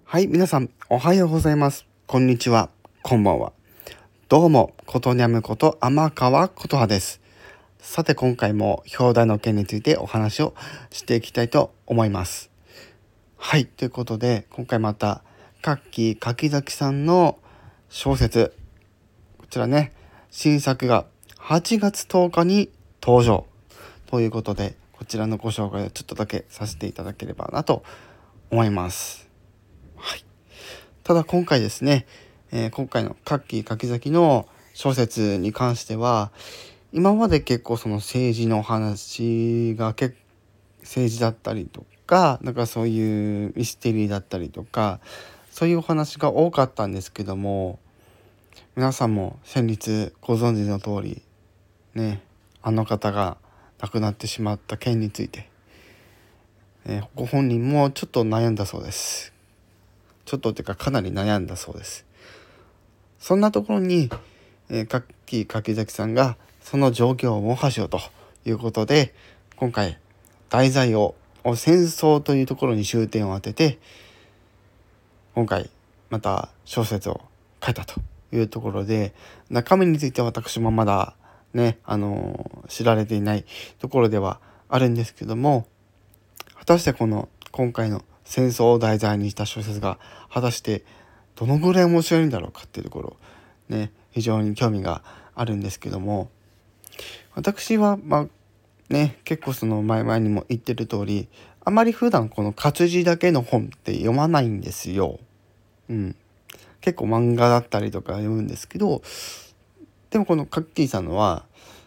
はい、皆さん、おはようございます。こんにちは。こんばんは。どうも、ことにゃむこと天川琴葉です。さて、今回も表題の件についてお話をしていきたいと思います。はい、ということで、今回また、柿崎さんの小説、こちらね、新作が8月10日に登場ということで、こちらのご紹介をちょっとだけさせていただければなと思います。はい。ただ今回ですね、今回の柿崎の小説に関しては、今まで結構その政治の話が政治だったりとか、なんかそういうミステリーだったりとか、そういうお話が多かったんですけども、皆さんも先日ご存知の通り、ね、あの方が亡くなってしまった件について、ご本人もちょっと悩んだそうです。ちょっとっていうかかなり悩んだそうです。そんなところに、柿崎さんがその状況を模倣しようということで、今回題材を戦争というところに終点を当てて、今回また小説を書いたというところで、中身については私もまだね、知られていないところではあるんですけども、果たしてこの今回の戦争を題材にした小説が果たしてどのぐらい面白いんだろうかっていうところね、非常に興味があるんですけども、私は結構その前にも言ってる通り、あまり普段この活字だけの本って読まないんですよ。結構漫画だったりとか読むんですけど、でもこのカッキーさんのは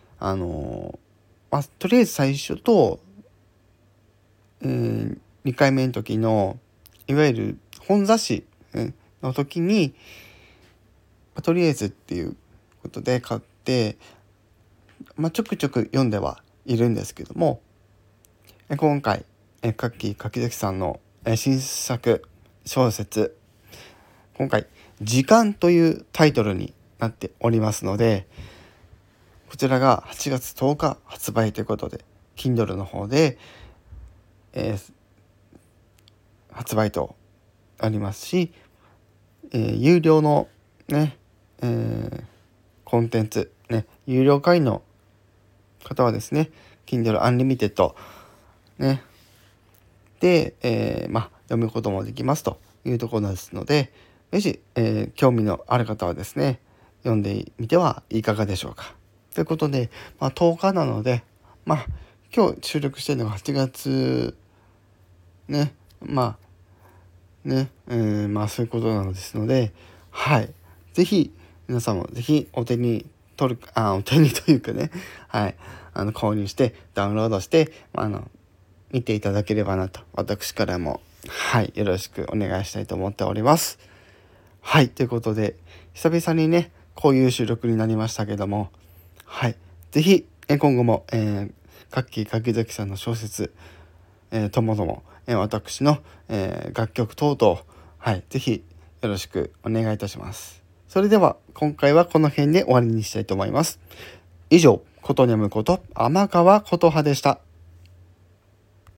とりあえず最初と、2回目の時のいわゆる本雑誌の時に、とりあえずっていうことで買って、ちょくちょく読んではいるんですけども、今回柿崎さんの新作小説、今回時間というタイトルになっておりますので、こちらが8月10日発売ということで Kindle の方で、発売とありますし、有料のね、コンテンツね、有料会員の方はですね Kindle Unlimited ねで、読むこともできますというところですので、もし、興味のある方はですね読んでみてはいかがでしょうか。ということで、10日なので、今日収録しているのが8月ね、そういうことなのですので、はい、ぜひ皆さんもぜひお手にというかね、はい、購入してダウンロードして見ていただければなと、私からもはいよろしくお願いしたいと思っております。はい、ということで久々にねこういう収録になりましたけども、はい、ぜひ今後も柿崎さんの小説、ともども私の、楽曲等々、はい、ぜひよろしくお願いいたします。それでは今回はこの辺で終わりにしたいと思います。以上、ことにゃむこと天川琴葉でした。